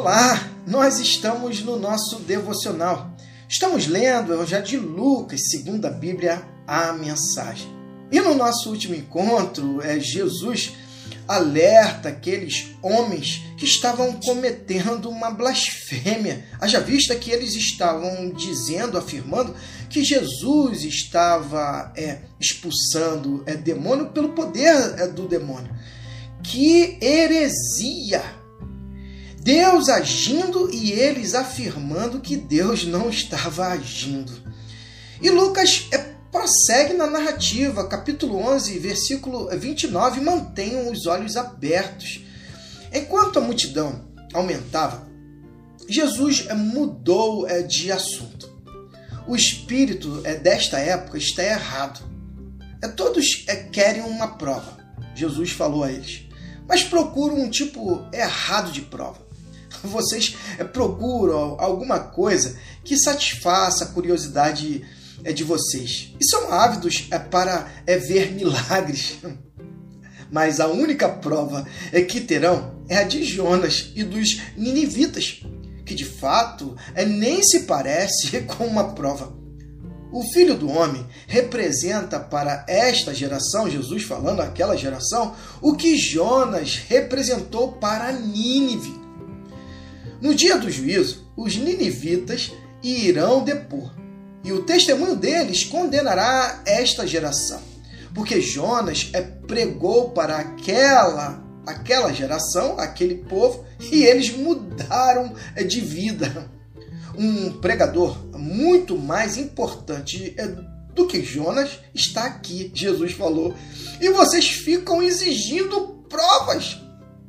Olá, nós estamos no nosso devocional. Estamos lendo o Evangelho de Lucas, segundo a Bíblia, a mensagem. E no nosso último encontro, Jesus alerta aqueles homens que estavam cometendo uma blasfêmia. Haja vista que eles estavam dizendo, afirmando que Jesus estava expulsando demônio pelo poder do demônio. Que heresia! Deus agindo e eles afirmando que Deus não estava agindo. E Lucas prossegue na narrativa, capítulo 11, versículo 29, mantenham os olhos abertos. Enquanto a multidão aumentava, Jesus mudou de assunto. O espírito desta época está errado. Todos querem uma prova, Jesus falou a eles, mas procuram um tipo errado de prova. Vocês procuram alguma coisa que satisfaça a curiosidade de vocês. E são ávidos para ver milagres. Mas a única prova que terão é a de Jonas e dos ninivitas, que de fato nem se parece com uma prova. O Filho do Homem representa para esta geração, Jesus falando aquela geração, o que Jonas representou para Nínive. No dia do juízo, os ninivitas irão depor, e o testemunho deles condenará esta geração, porque Jonas pregou para aquela geração, aquele povo, e eles mudaram de vida. Um pregador muito mais importante do que Jonas está aqui, Jesus falou, e vocês ficam exigindo provas.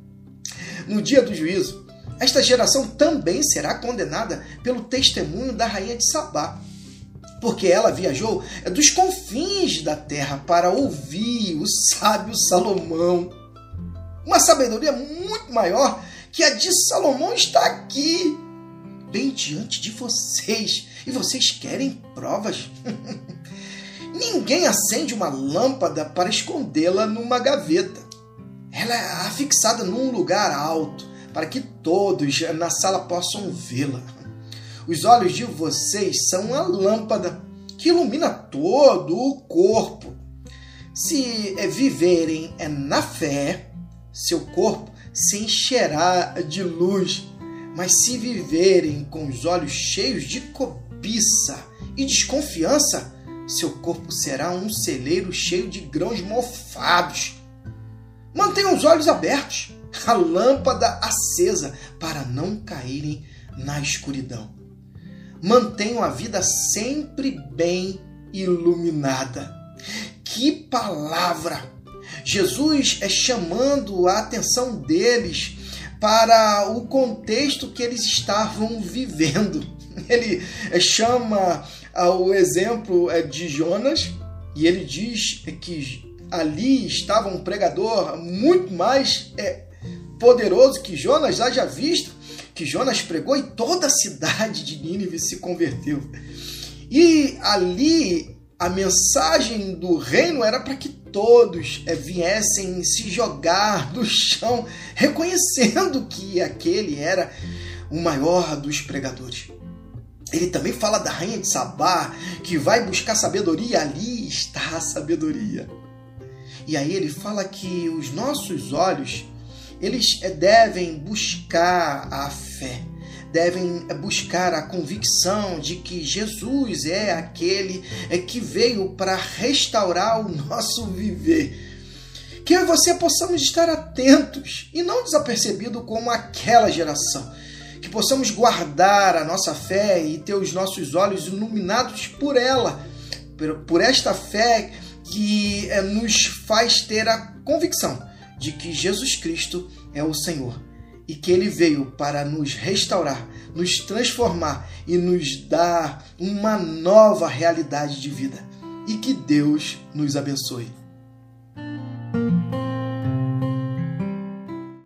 No dia do juízo, esta geração também será condenada pelo testemunho da rainha de Sabá, porque ela viajou dos confins da terra para ouvir o sábio Salomão. Uma sabedoria muito maior que a de Salomão está aqui, bem diante de vocês, e vocês querem provas? Ninguém acende uma lâmpada para escondê-la numa gaveta. Ela é afixada num lugar alto, para que todos na sala possam vê-la. Os olhos de vocês são a lâmpada que ilumina todo o corpo. Se viverem na fé, seu corpo se encherá de luz. Mas se viverem com os olhos cheios de cobiça e desconfiança, seu corpo será um celeiro cheio de grãos mofados. Mantenham os olhos abertos, a lâmpada acesa, para não caírem na escuridão. Mantenham a vida sempre bem iluminada. Que palavra! Jesus chamando a atenção deles para o contexto que eles estavam vivendo. Ele chama o exemplo de Jonas e ele diz que ali estava um pregador muito mais poderoso que Jonas, haja visto que Jonas pregou e toda a cidade de Nínive se converteu. E ali a mensagem do reino era para que todos viessem se jogar no chão, reconhecendo que aquele era o maior dos pregadores. Ele também fala da rainha de Sabá, que vai buscar sabedoria, ali está a sabedoria. E aí ele fala que os nossos olhos, eles devem buscar a fé, devem buscar a convicção de que Jesus é aquele que veio para restaurar o nosso viver. Que eu e você possamos estar atentos e não desapercebidos como aquela geração. Que possamos guardar a nossa fé e ter os nossos olhos iluminados por ela, por esta fé que nos faz ter a convicção de que Jesus Cristo é o Senhor e que Ele veio para nos restaurar, nos transformar e nos dar uma nova realidade de vida. E que Deus nos abençoe.